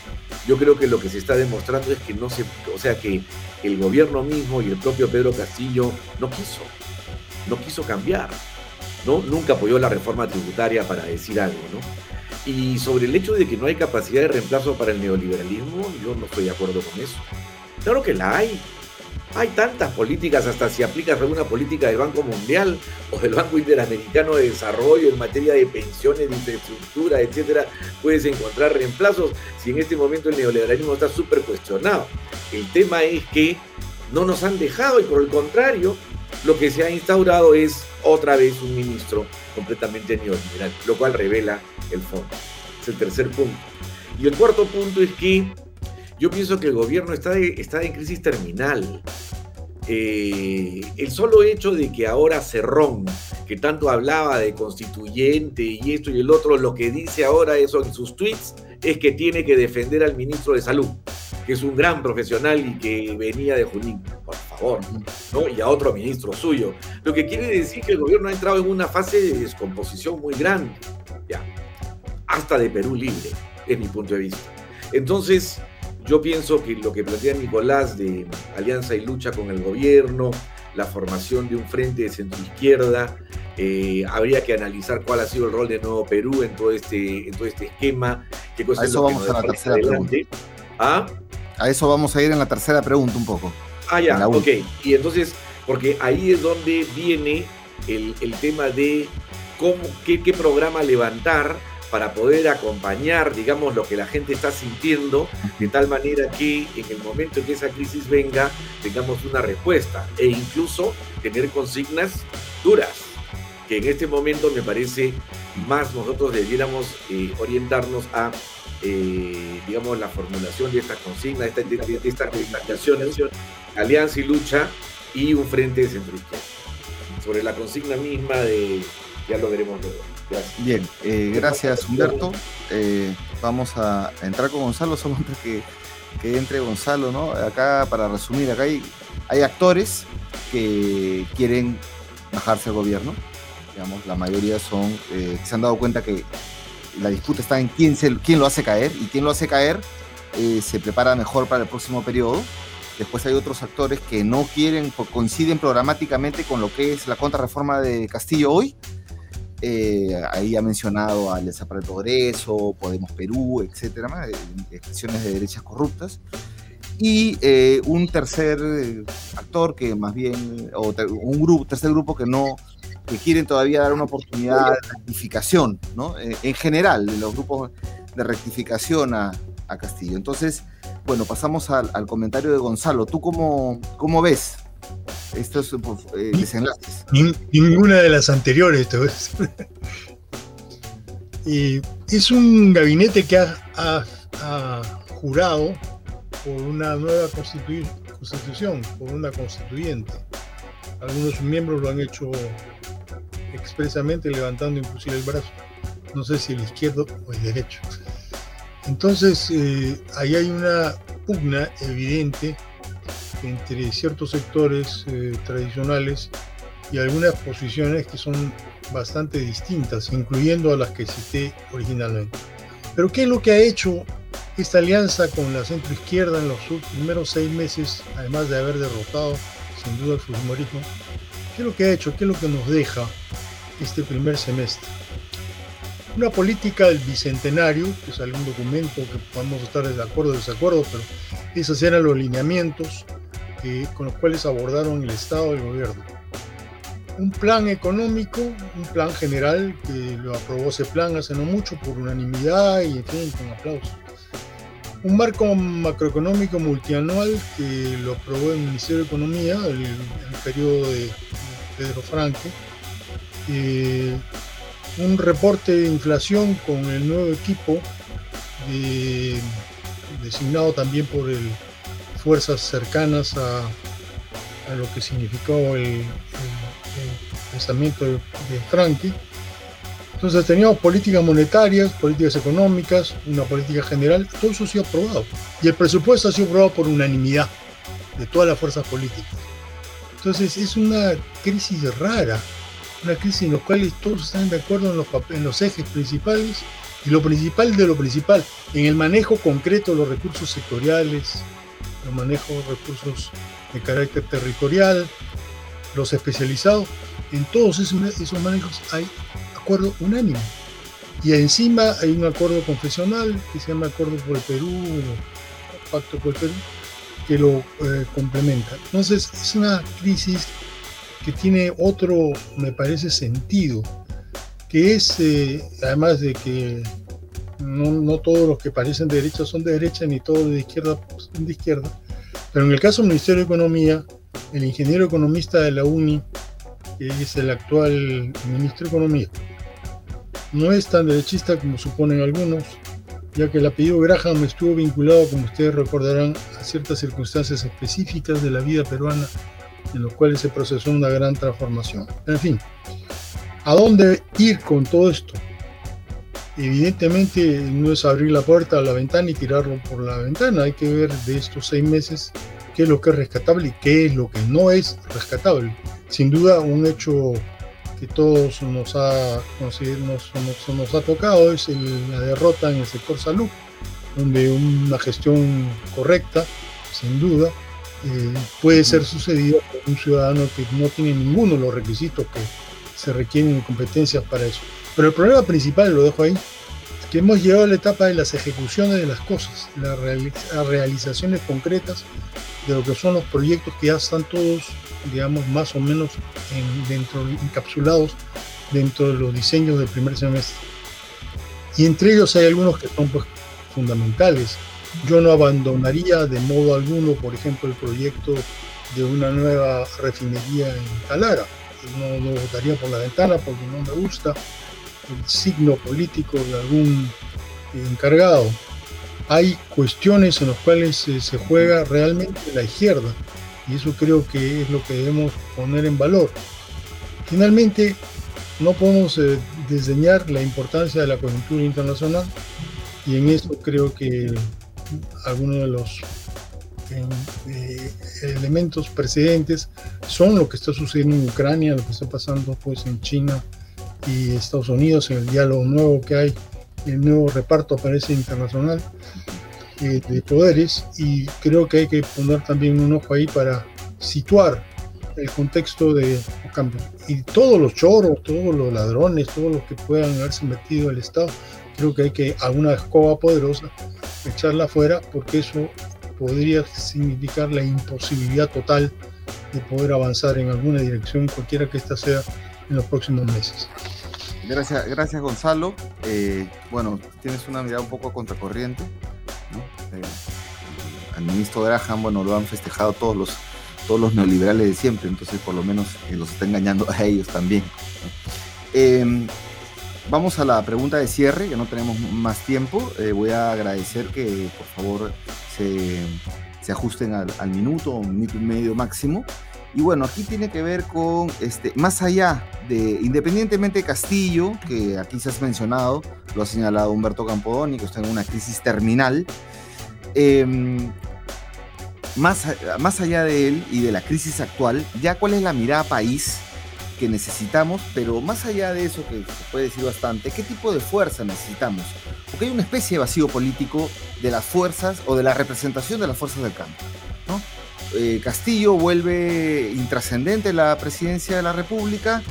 Speaker 6: yo creo que lo que se está demostrando es que que el gobierno mismo y el propio Pedro Castillo no quiso cambiar, ¿no? Nunca apoyó la reforma tributaria, para decir algo, ¿no? Y sobre el hecho de que no hay capacidad de reemplazo para el neoliberalismo, yo no estoy de acuerdo con eso. Claro que la hay. Hay tantas políticas, hasta si aplicas alguna política del Banco Mundial o del Banco Interamericano de Desarrollo en materia de pensiones, de infraestructura, etcétera, puedes encontrar reemplazos si en este momento el neoliberalismo está súper cuestionado. El tema es que no nos han dejado y por el contrario, lo que se ha instaurado es otra vez un ministro completamente neoliberal, lo cual revela el fondo. Es el tercer punto. Y el cuarto punto es que yo pienso que el gobierno está en crisis terminal. El solo hecho de que ahora Cerrón, que tanto hablaba de constituyente y esto y el otro, lo que dice ahora eso en sus tweets es que tiene que defender al ministro de Salud, que es un gran profesional y que venía de Junín, por favor, ¿no? Y a otro ministro suyo. Lo que quiere decir que el gobierno ha entrado en una fase de descomposición muy grande, ya, hasta de Perú libre, es mi punto de vista. Entonces, yo pienso que lo que plantea Nicolás de alianza y lucha con el gobierno, la formación de un frente de centroizquierda, habría que analizar cuál ha sido el rol de Nuevo Perú en todo este esquema. Qué cosa
Speaker 1: a eso vamos a la tercera pregunta.
Speaker 6: ¿Ah?
Speaker 1: A eso vamos a ir en la tercera pregunta un poco.
Speaker 6: Ya, ok. Y entonces, porque ahí es donde viene el tema de qué programa levantar para poder acompañar, digamos, lo que la gente está sintiendo, de tal manera que en el momento en que esa crisis venga, tengamos una respuesta, e incluso tener consignas duras, que en este momento me parece más nosotros debiéramos orientarnos a, digamos, la formulación de estas consignas, de estas reivindicaciones, alianza y lucha, y un frente de centroizquierda. Sobre la consigna misma ya lo veremos luego. Gracias.
Speaker 1: Bien, gracias Humberto. Vamos a entrar con Gonzalo, solo antes que entre Gonzalo, ¿no? Acá, para resumir, acá hay actores que quieren bajarse al gobierno, digamos, la mayoría son, se han dado cuenta que la disputa está en quién lo hace caer, y quién lo hace caer se prepara mejor para el próximo periodo. Después hay otros actores que no quieren, coinciden programáticamente con lo que es la contrarreforma de Castillo hoy. Ahí ha mencionado a Alianza para el Progreso, Podemos Perú, etcétera, expresiones de derechas corruptas. Y un tercer actor que más bien, tercer grupo que quieren todavía dar una oportunidad de rectificación, ¿no? En general, de los grupos de rectificación a Castillo. Entonces, bueno, pasamos al comentario de Gonzalo. ¿Tú cómo ves estos desenlaces?
Speaker 7: Ninguna de las anteriores, te voy a decir. Es un gabinete que ha jurado por una nueva constitución, por una constituyente. Algunos miembros lo han hecho expresamente, levantando inclusive el brazo. No sé si el izquierdo o el derecho. Entonces, ahí hay una pugna evidente entre ciertos sectores tradicionales y algunas posiciones que son bastante distintas, incluyendo a las que cité originalmente. Pero ¿qué es lo que ha hecho esta alianza con la centroizquierda en los primeros 6 meses, además de haber derrotado sin duda el fujimorismo? ¿Qué es lo que ha hecho? ¿Qué es lo que nos deja este primer semestre? Una política del bicentenario, que es algún documento que podemos estar de acuerdo o desacuerdo, pero esos eran los lineamientos con los cuales abordaron el Estado y el gobierno. Un plan económico, un plan general, que lo aprobó ese plan hace no mucho por unanimidad y, en fin, con aplausos. Un marco macroeconómico multianual que lo aprobó el Ministerio de Economía en el periodo de Pedro Franque. Un reporte de inflación con el nuevo equipo designado también por fuerzas cercanas a lo que significó el pensamiento de Franque. Entonces teníamos políticas monetarias, políticas económicas, una política general, todo eso ha sido aprobado. Y el presupuesto ha sido aprobado por unanimidad de todas las fuerzas políticas. Entonces es una crisis rara, una crisis en la cual todos están de acuerdo en los ejes principales Y lo principal de lo principal, en el manejo concreto de los recursos sectoriales, el manejo de recursos de carácter territorial, los especializados, en todos esos manejos hay acuerdo unánime. Y encima hay un acuerdo confesional que se llama Acuerdo por el Perú, o Pacto por el Perú, que lo complementa. Entonces es una crisis que tiene otro, me parece, sentido, que es, además de que no todos los que parecen de derecha son de derecha, ni todos de izquierda son de izquierda, pero en el caso del Ministerio de Economía, el ingeniero economista de la UNI, que es el actual ministro de Economía, no es tan derechista como suponen algunos, ya que el apellido Graham estuvo vinculado, como ustedes recordarán, a ciertas circunstancias específicas de la vida peruana en los cuales se procesó una gran transformación. En fin, ¿a dónde ir con todo esto? Evidentemente no es abrir la puerta a la ventana y tirarlo por la ventana. Hay que ver de estos 6 meses qué es lo que es rescatable y qué es lo que no es rescatable. Sin duda, un hecho que todos nos ha tocado es la derrota en el sector salud, donde una gestión correcta, sin duda, puede ser sucedida por un ciudadano que no tiene ninguno de los requisitos que se requieren de competencias para eso. Pero el problema principal, lo dejo ahí, es que hemos llegado a la etapa de las ejecuciones de las cosas, las realizaciones concretas de lo que son los proyectos que ya están todos, digamos, más o menos encapsulados dentro de los diseños del primer semestre. Y entre ellos hay algunos que son, pues, fundamentales. Yo no abandonaría de modo alguno, por ejemplo, el proyecto de una nueva refinería en Talara. No lo votaría por la ventana porque no me gusta el signo político de algún encargado. Hay cuestiones en las cuales se juega realmente la izquierda, y eso creo que es lo que debemos poner en valor. Finalmente, no podemos desdeñar la importancia de la coyuntura internacional, y en eso creo que algunos de los elementos precedentes son lo que está sucediendo en Ucrania, lo que está pasando, pues, en China y Estados Unidos, en el diálogo nuevo que hay, el nuevo reparto, parece, internacional de poderes, y creo que hay que poner también un ojo ahí para situar el contexto de los cambios. Y todos los choros, todos los ladrones, todos los que puedan haberse metido al Estado, creo que hay que, a una escoba poderosa, echarla afuera, porque eso podría significar la imposibilidad total de poder avanzar en alguna dirección, cualquiera que ésta sea, en los próximos meses.
Speaker 1: Gracias Gonzalo. Bueno, tienes una mirada un poco contracorriente, ¿no? Al ministro Graham, bueno, lo han festejado todos los neoliberales de siempre, entonces por lo menos los está engañando a ellos también, ¿no? Vamos a la pregunta de cierre, ya no tenemos más tiempo. Voy a agradecer que por favor se ajusten al minuto, un minuto y medio máximo. Y bueno, aquí tiene que ver con, más allá de, independientemente de Castillo, que aquí se ha mencionado, lo ha señalado Humberto Campodónico, que está en una crisis terminal, más allá de él y de la crisis actual, ya cuál es la mirada país que necesitamos, pero más allá de eso, que se puede decir bastante, ¿qué tipo de fuerza necesitamos? Porque hay una especie de vacío político de las fuerzas o de la representación de las fuerzas del campo, ¿no? Castillo vuelve intrascendente la presidencia de la República,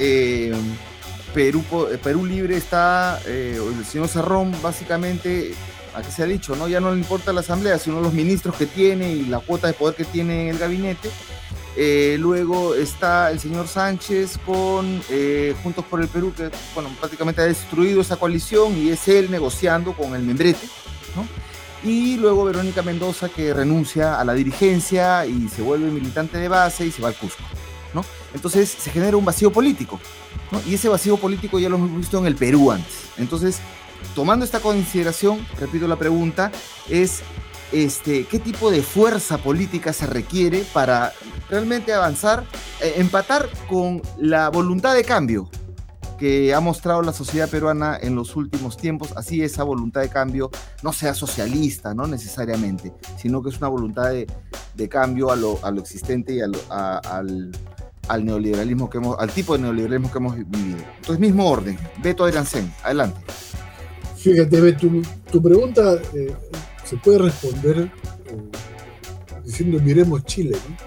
Speaker 1: Perú Libre está, el señor Cerrón básicamente, aquí se ha dicho, ¿no? Ya no le importa la asamblea, sino los ministros que tiene y la cuota de poder que tiene en el gabinete. Luego está el señor Sánchez con Juntos por el Perú, que, bueno, prácticamente ha destruido esa coalición y es él negociando con el membrete, ¿no? Y luego Verónica Mendoza, que renuncia a la dirigencia y se vuelve militante de base y se va al Cusco, ¿no? Entonces se genera un vacío político, ¿no? Y ese vacío político ya lo hemos visto en el Perú antes. Entonces, tomando esta consideración, repito la pregunta, es qué tipo de fuerza política se requiere para realmente avanzar, empatar con la voluntad de cambio que ha mostrado la sociedad peruana en los últimos tiempos. Así esa voluntad de cambio no sea socialista, no necesariamente, sino que es una voluntad de cambio a lo existente y al neoliberalismo al tipo de neoliberalismo que hemos vivido. Entonces, mismo orden. Beto Adriancén, adelante.
Speaker 2: Fíjate, tu pregunta se puede responder diciendo miremos Chile, ¿no?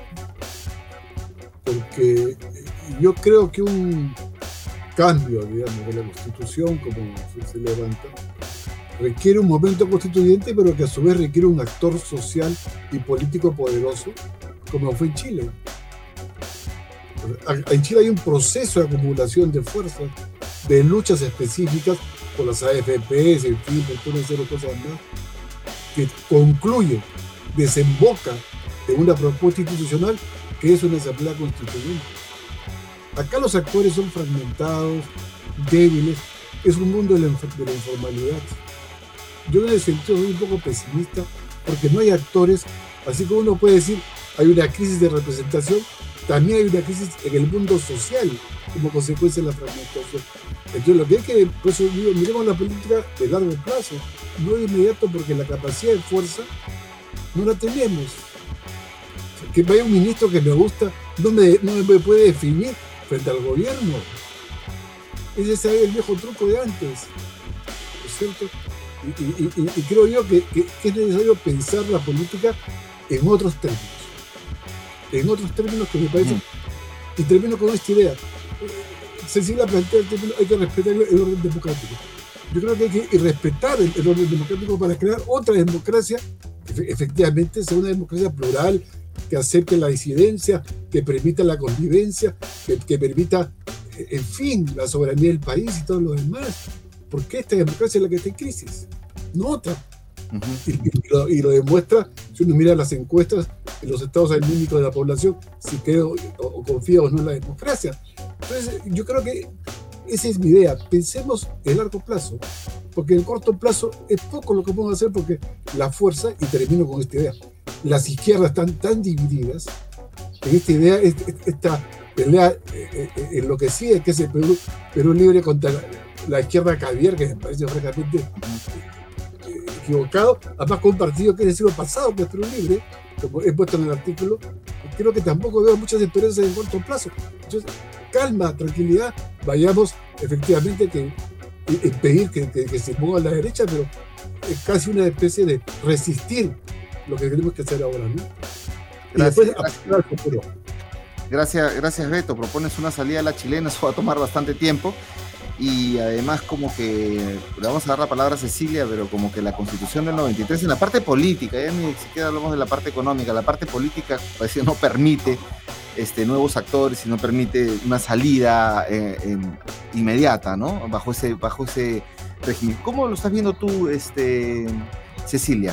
Speaker 2: Porque yo creo que un cambio, digamos, de la Constitución, como se levanta, requiere un momento constituyente, pero que a su vez requiere un actor social y político poderoso, como fue en Chile. En Chile hay un proceso de acumulación de fuerzas, de luchas específicas por las AFPs, en fin, por una serie de cosas más, que concluye, desemboca en una propuesta institucional que es una asamblea constituyente. Acá los actores son fragmentados, débiles, es un mundo de la informalidad. Yo en ese sentido soy un poco pesimista porque no hay actores, así como uno puede decir hay una crisis de representación, también hay una crisis en el mundo social como consecuencia de la fragmentación. Entonces lo que hay que, por eso digo, miremos la política de largo plazo, no de inmediato, porque la capacidad de fuerza no la tenemos. Que vaya un ministro que me gusta no me puede definir frente al gobierno. Ese es el viejo truco de antes, ¿no es cierto? Y creo yo que es necesario pensar la política en otros términos que me parecen, y termino con esta idea. Cecilia plantea el término, hay que respetar el orden democrático. Yo creo que hay que respetar el orden democrático para crear otra democracia que efectivamente sea una democracia plural, que acepte la disidencia, que permita la convivencia, que permita, en fin, la soberanía del país y todo lo demás. Porque esta democracia es la que está en crisis, no otra. Y lo demuestra si uno mira las encuestas en los estados anímicos de la población, si cree o confía o no en la democracia. Entonces, yo creo que esa es mi idea. Pensemos en largo plazo, porque en corto plazo es poco lo que podemos hacer, porque la fuerza, y termino con esta idea, las izquierdas están tan divididas en esta idea, esta pelea enloquecida que es el Perú libre contra la izquierda caviar, que me parece francamente equivocado, además con un partido que es del siglo pasado, que es Perú libre, como he puesto en el artículo. Creo que tampoco veo muchas esperanzas en corto plazo. Entonces, calma, tranquilidad, vayamos efectivamente que pedir que se ponga a la derecha, pero es casi una especie de resistir lo que tenemos que hacer ahora, ¿no?
Speaker 1: Gracias, Beto. Propones una salida a la chilena, eso va a tomar bastante tiempo. Y además como que, le vamos a dar la palabra a Cecilia, pero como que la Constitución del 93, en la parte política, ya ni siquiera hablamos de la parte económica, la parte política parece que no permite nuevos actores y no permite una salida inmediata, ¿no? Bajo ese régimen. ¿Cómo lo estás viendo tú, Cecilia?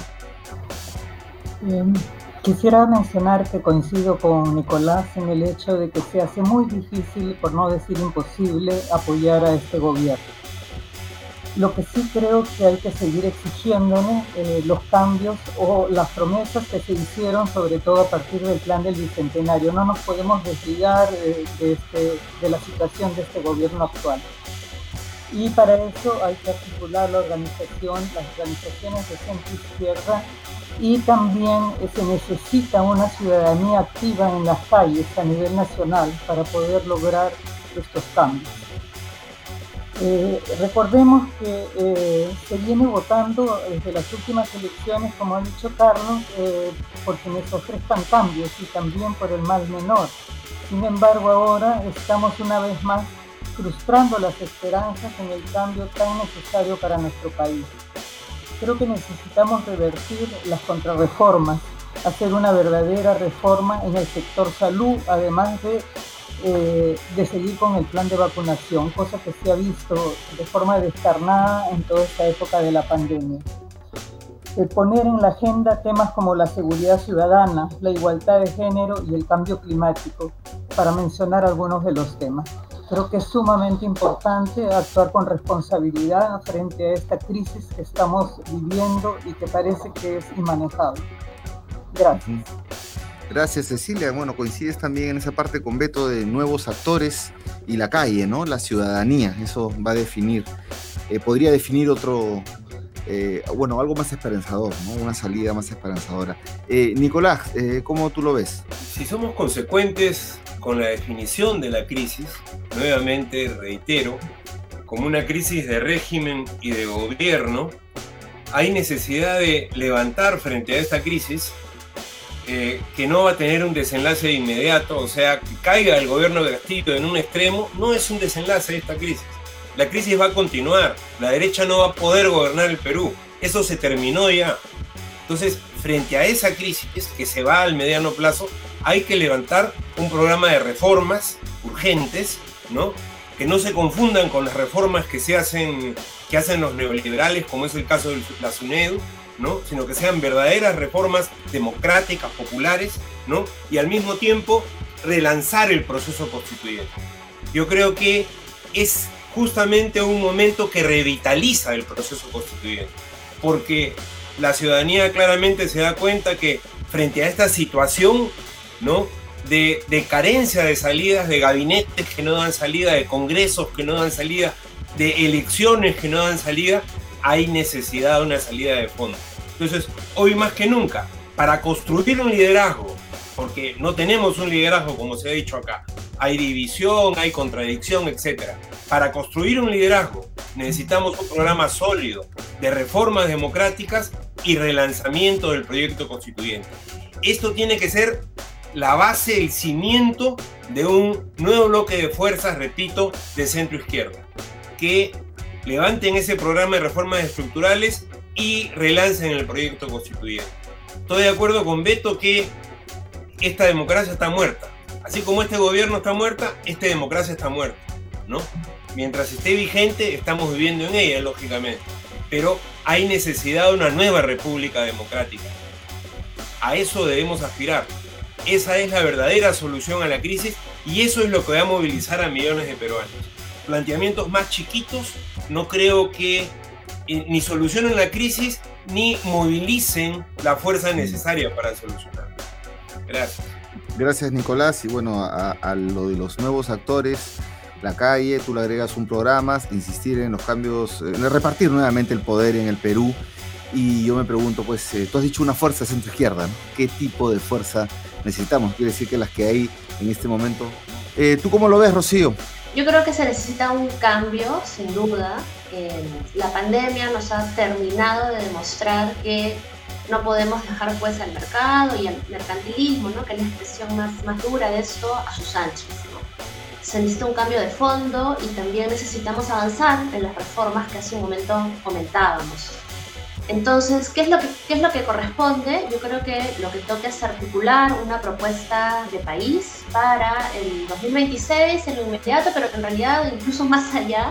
Speaker 3: Quisiera mencionar que coincido con Nicolás en el hecho de que se hace muy difícil, por no decir imposible, apoyar a este gobierno. Lo que sí creo que hay que seguir exigiéndonos los cambios o las promesas que se hicieron, sobre todo a partir del plan del Bicentenario. No nos podemos desligar de la situación de este gobierno actual. Y para eso hay que articular las organizaciones de centro-izquierda, y también se necesita una ciudadanía activa en las calles a nivel nacional para poder lograr estos cambios. Recordemos que se viene votando desde las últimas elecciones, como ha dicho Carlos, por quienes ofrezcan cambios y también por el mal menor. Sin embargo, ahora estamos una vez más frustrando las esperanzas en el cambio tan necesario para nuestro país. Creo que necesitamos revertir las contrarreformas, hacer una verdadera reforma en el sector salud, además de seguir con el plan de vacunación, cosa que se ha visto de forma descarnada en toda esta época de la pandemia. Poner en la agenda temas como la seguridad ciudadana, la igualdad de género y el cambio climático, para mencionar algunos de los temas. Creo que es sumamente importante actuar con responsabilidad frente a esta crisis que estamos viviendo y que parece que es inmanejable. Gracias.
Speaker 1: Gracias, Cecilia. Bueno, coincides también en esa parte con Beto de nuevos actores y la calle, ¿no? La ciudadanía, eso va a definir, podría definir otro, algo más esperanzador, ¿no? Una salida más esperanzadora. Nicolás, ¿cómo tú lo ves?
Speaker 4: Si somos consecuentes con la definición de la crisis, nuevamente reitero, como una crisis de régimen y de gobierno, hay necesidad de levantar frente a esta crisis que no va a tener un desenlace inmediato, o sea, que caiga el gobierno de Castillo en un extremo, no es un desenlace de esta crisis. La crisis va a continuar, la derecha no va a poder gobernar el Perú, eso se terminó ya. Entonces, frente a esa crisis que se va al mediano plazo, hay que levantar un programa de reformas urgentes, ¿no? Que no se confundan con las reformas que hacen los neoliberales, como es el caso de la SUNEDU, ¿no? Sino que sean verdaderas reformas democráticas, populares, ¿no? Y al mismo tiempo relanzar el proceso constituyente. Yo creo que es justamente un momento que revitaliza el proceso constituyente, porque la ciudadanía claramente se da cuenta que frente a esta situación, ¿no?, de carencia de salidas, de gabinetes que no dan salida, de congresos que no dan salida, de elecciones que no dan salida, hay necesidad de una salida de fondo. Entonces, hoy más que nunca, para construir un liderazgo, porque no tenemos un liderazgo como se ha dicho acá, hay división, hay contradicción, etc. Para construir un liderazgo necesitamos un programa sólido de reformas democráticas y relanzamiento del proyecto constituyente. Esto tiene que ser la base, el cimiento de un nuevo bloque de fuerzas, repito, de centro-izquierda, que levanten ese programa de reformas estructurales y relancen el proyecto constituyente. Estoy de acuerdo con Beto que esta democracia está muerta. Así como este gobierno está muerta, esta democracia está muerta, ¿no? Mientras esté vigente, estamos viviendo en ella, lógicamente. Pero hay necesidad de una nueva república democrática. A eso debemos aspirar. Esa es la verdadera solución a la crisis y eso es lo que va a movilizar a millones de peruanos. Planteamientos más chiquitos no creo que ni solucionen la crisis ni movilicen la fuerza necesaria para solucionarla. Gracias.
Speaker 1: Gracias, Nicolás. Y bueno, a lo de los nuevos actores, la calle, tú le agregas un programa, insistir en los cambios, repartir nuevamente el poder en el Perú. Y yo me pregunto, pues, tú has dicho una fuerza centro-izquierda, ¿no? ¿Qué tipo de fuerza necesitamos? Quiere decir que las que hay en este momento. ¿Tú cómo lo ves, Rocío?
Speaker 5: Yo creo que se necesita un cambio, sin duda. La pandemia nos ha terminado de demostrar que no podemos dejar pues al mercado y al mercantilismo, ¿no?, que es la expresión más dura de esto, a sus anchas, ¿no? Se necesita un cambio de fondo y también necesitamos avanzar en las reformas que hace un momento comentábamos. Entonces, ¿qué es lo que corresponde? Yo creo que lo que toca es articular una propuesta de país para el 2026, en lo inmediato, pero que en realidad incluso más allá.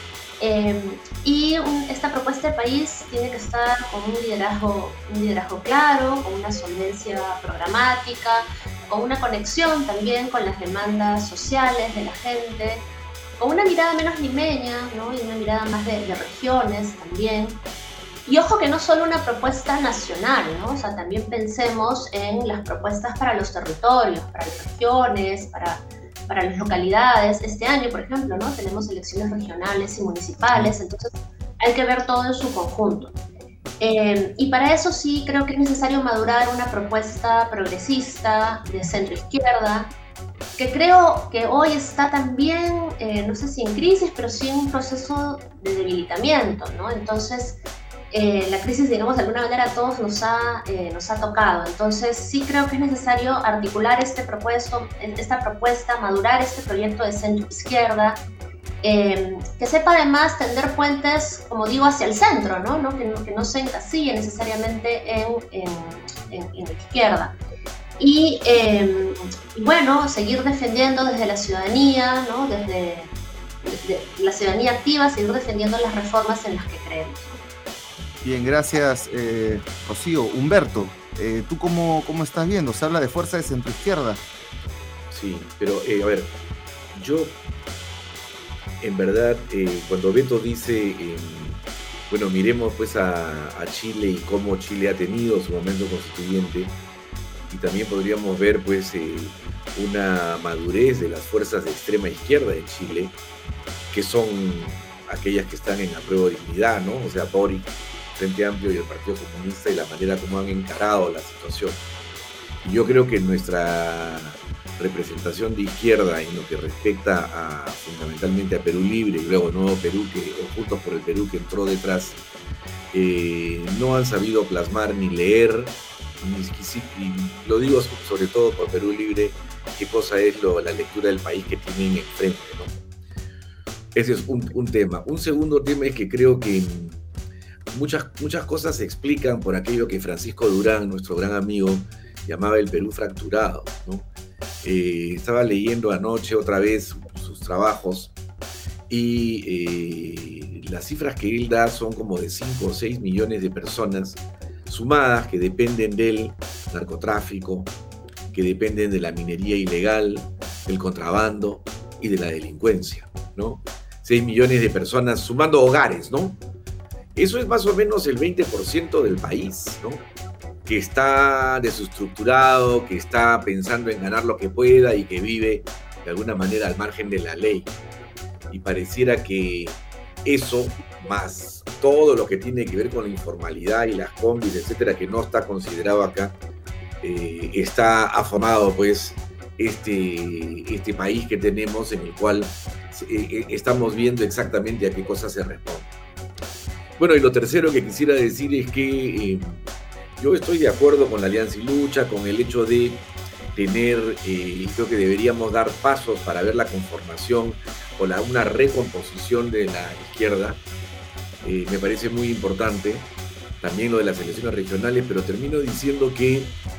Speaker 5: Esta propuesta de país tiene que estar con un liderazgo claro, con una solvencia programática, con una conexión también con las demandas sociales de la gente, con una mirada menos limeña, ¿no?, y una mirada más de regiones también. Y ojo que no solo una propuesta nacional, ¿no? O sea, también pensemos en las propuestas para los territorios, para las regiones, para las localidades. Este año, por ejemplo, ¿no?, tenemos elecciones regionales y municipales, entonces hay que ver todo en su conjunto. Y para eso sí creo que es necesario madurar una propuesta progresista de centro-izquierda, que creo que hoy está también, no sé si en crisis, pero sí en un proceso de debilitamiento, ¿no? Entonces, la crisis, digamos, de alguna manera a todos nos ha tocado. Entonces sí creo que es necesario articular esta propuesta, madurar este proyecto de centro-izquierda, que sepa además tender puentes, como digo, hacia el centro, ¿no? Que no se encasille necesariamente en la izquierda. Y bueno, seguir defendiendo desde la ciudadanía, ¿no?, desde la ciudadanía activa, seguir defendiendo las reformas en las que creemos.
Speaker 1: Bien, gracias, Rocío. Humberto, ¿tú cómo estás viendo? Se habla de fuerza de centroizquierda.
Speaker 6: Sí, pero a ver, yo en verdad, cuando Beto dice, bueno, miremos pues a Chile y cómo Chile ha tenido su momento constituyente, y también podríamos ver pues una madurez de las fuerzas de extrema izquierda en Chile, que son aquellas que están en Apruebo Dignidad, ¿no? O sea, Boric, Frente Amplio y el Partido Comunista, y la manera como han encarado la situación. Y yo creo que nuestra representación de izquierda en lo que respecta fundamentalmente a Perú Libre y luego Nuevo Perú, o Juntos por el Perú, que entró detrás, no han sabido plasmar ni leer, y lo digo sobre todo por Perú Libre, qué cosa es la lectura del país que tienen enfrente, ¿no? Ese es un tema. Un segundo tema es que creo que muchas cosas se explican por aquello que Francisco Durán, nuestro gran amigo, llamaba el Perú fracturado, ¿no? Estaba leyendo anoche otra vez sus trabajos y las cifras que él da son como de 5 o 6 millones de personas sumadas que dependen del narcotráfico, que dependen de la minería ilegal, del contrabando y de la delincuencia, ¿no? 6 millones de personas sumando hogares, ¿no? Eso es más o menos el 20% del país, ¿no? Que está desestructurado, que está pensando en ganar lo que pueda y que vive de alguna manera al margen de la ley. Y pareciera que eso, más todo lo que tiene que ver con la informalidad y las combis, etcétera, que no está considerado acá, está afamado, pues, este país que tenemos, en el cual estamos viendo exactamente a qué cosas se responde. Bueno, y lo tercero que quisiera decir es que yo estoy de acuerdo con la Alianza y Lucha, con el hecho de tener, creo que deberíamos dar pasos para ver la conformación o una recomposición de la izquierda. Me parece muy importante también lo de las elecciones regionales, pero termino diciendo que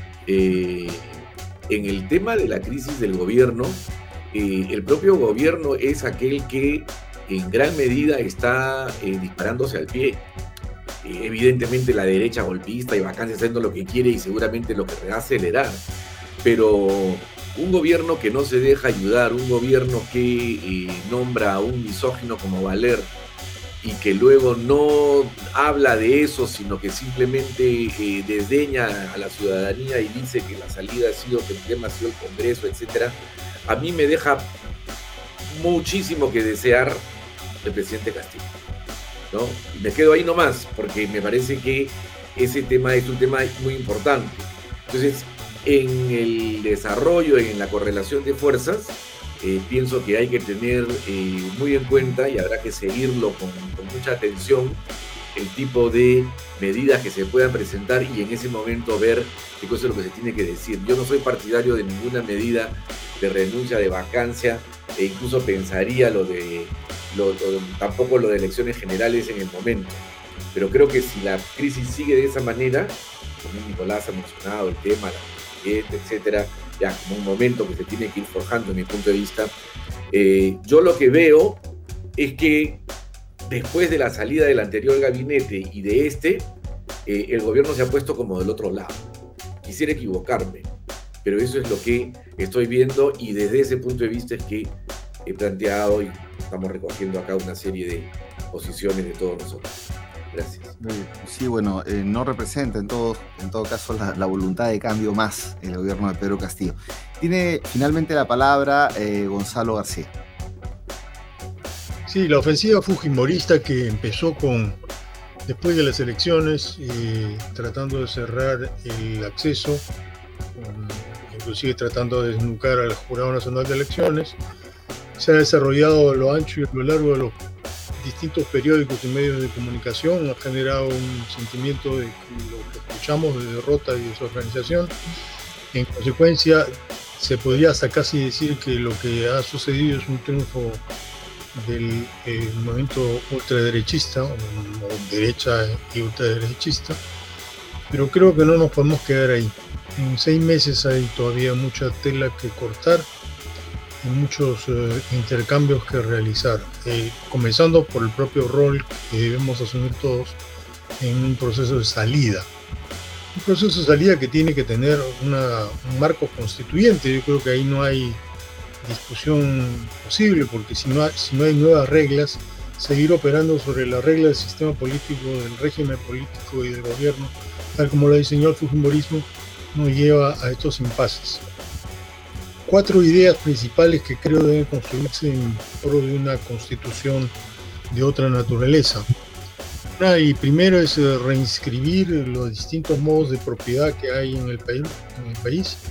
Speaker 6: en el tema de la crisis del gobierno, el propio gobierno es aquel que en gran medida está disparándose al pie. Evidentemente la derecha golpista y vacancia haciendo lo que quiere y seguramente lo que va a acelerar, pero un gobierno que no se deja ayudar, un gobierno que nombra a un misógino como Valer y que luego no habla de eso, sino que simplemente desdeña a la ciudadanía y dice que la salida ha sido, que el tema ha sido el Congreso, etc. A mí me deja muchísimo que desear el presidente Castillo, ¿no? Y me quedo ahí nomás, porque me parece que ese tema es un tema muy importante. Entonces, en el desarrollo, en la correlación de fuerzas, pienso que hay que tener muy en cuenta, y habrá que seguirlo con mucha atención, el tipo de medidas que se puedan presentar y en ese momento ver qué cosa es lo que se tiene que decir. Yo no soy partidario de ninguna medida de renuncia, de vacancia, e incluso pensaría tampoco lo de elecciones generales en el momento. Pero creo que si la crisis sigue de esa manera, como Nicolás ha mencionado el tema, la etcétera, ya como un momento que se tiene que ir forjando, en mi punto de vista, yo lo que veo es que después de la salida del anterior gabinete y de el gobierno se ha puesto como del otro lado. Quisiera equivocarme, pero eso es lo que estoy viendo, y desde ese punto de vista es que he planteado y estamos recogiendo acá una serie de posiciones de todos nosotros. Gracias.
Speaker 1: Sí, bueno, no representa en todo caso la voluntad de cambio más el gobierno de Pedro Castillo. Tiene finalmente la palabra Gonzalo García.
Speaker 7: Sí, la ofensiva fujimorista que empezó después de las elecciones, tratando de cerrar el acceso, inclusive tratando de desnucar al Jurado Nacional de Elecciones, se ha desarrollado a lo ancho y a lo largo de los distintos periódicos y medios de comunicación, ha generado un sentimiento de que lo que escuchamos de derrota y desorganización. En consecuencia, se podría hasta casi decir que lo que ha sucedido es un triunfo del movimiento ultraderechista, o derecha y ultraderechista, pero creo que no nos podemos quedar ahí. En 6 meses hay todavía mucha tela que cortar y muchos intercambios que realizar, comenzando por el propio rol que debemos asumir todos en un proceso de salida. Un proceso de salida que tiene que tener un marco constituyente. Yo creo que ahí no hay discusión posible, porque si no hay nuevas reglas, seguir operando sobre las reglas del sistema político, del régimen político y del gobierno, tal como lo diseñó el fujimorismo, nos lleva a estos impases. 4 ideas principales que creo deben construirse en pro de una constitución de otra naturaleza. Y primero es reinscribir los distintos modos de propiedad que hay en el país,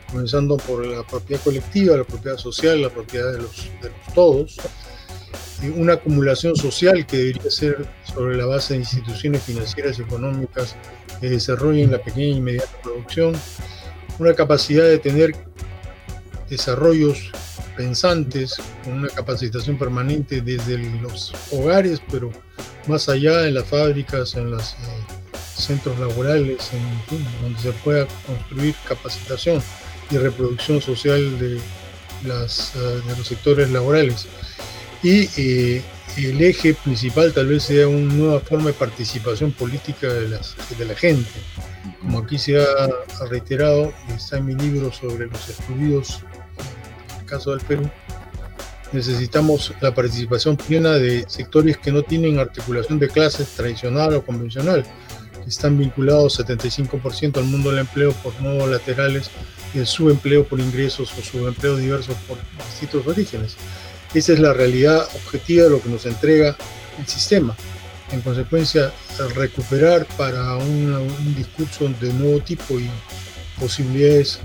Speaker 7: comenzando por la propiedad colectiva, la propiedad social, la propiedad de los todos, y una acumulación social que debería ser sobre la base de instituciones financieras y económicas que desarrollen la pequeña y mediana producción, una capacidad de tener desarrollos pensantes con una capacitación permanente desde los hogares, pero más allá en las fábricas, en los centros laborales, en fin, donde se pueda construir capacitación y reproducción social de los sectores laborales. Y el eje principal tal vez sea una nueva forma de participación política de la gente. Como aquí se ha reiterado, está en mi libro sobre los excluidos, en el caso del Perú, necesitamos la participación plena de sectores que no tienen articulación de clases tradicional o convencional, que están vinculados 75% al mundo del empleo por nodos laterales y el subempleo por ingresos o subempleo diversos por distintos orígenes. Esa es la realidad objetiva de lo que nos entrega el sistema. En consecuencia, recuperar para un discurso de nuevo tipo y posibilidades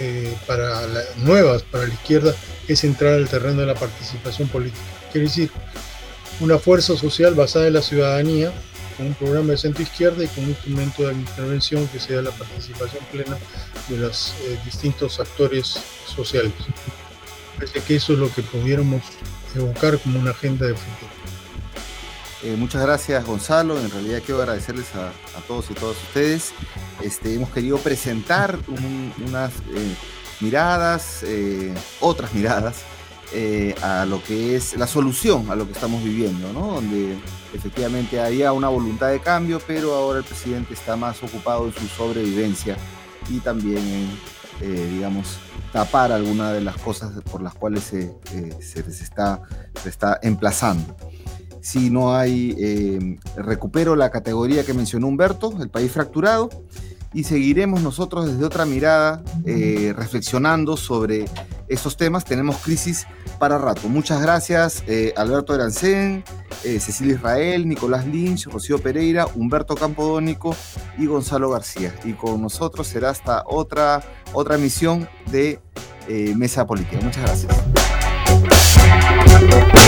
Speaker 7: nuevas para la izquierda es entrar al terreno de la participación política. Quiere decir, una fuerza social basada en la ciudadanía, con un programa de centro-izquierda y con un instrumento de intervención que sea la participación plena de los distintos actores sociales. Parece que eso es lo que pudiéramos evocar como una agenda de futuro.
Speaker 1: Muchas gracias, Gonzalo. En realidad quiero agradecerles a todos y todas ustedes. Hemos querido presentar unas miradas, otras miradas, a lo que es la solución a lo que estamos viviendo, ¿no? Donde efectivamente había una voluntad de cambio, pero ahora el presidente está más ocupado en su sobrevivencia y también en, digamos, tapar algunas de las cosas por las cuales se está emplazando. Si no hay, recupero la categoría que mencionó Humberto, el país fracturado, y seguiremos nosotros desde otra mirada reflexionando sobre esos temas. Tenemos crisis para rato. Muchas gracias, Alberto Erancén, Cecilia Israel, Nicolás Lynch, Rocío Pereira, Humberto Campodónico y Gonzalo García. Y con nosotros será hasta otra emisión de Mesa Política. Muchas gracias.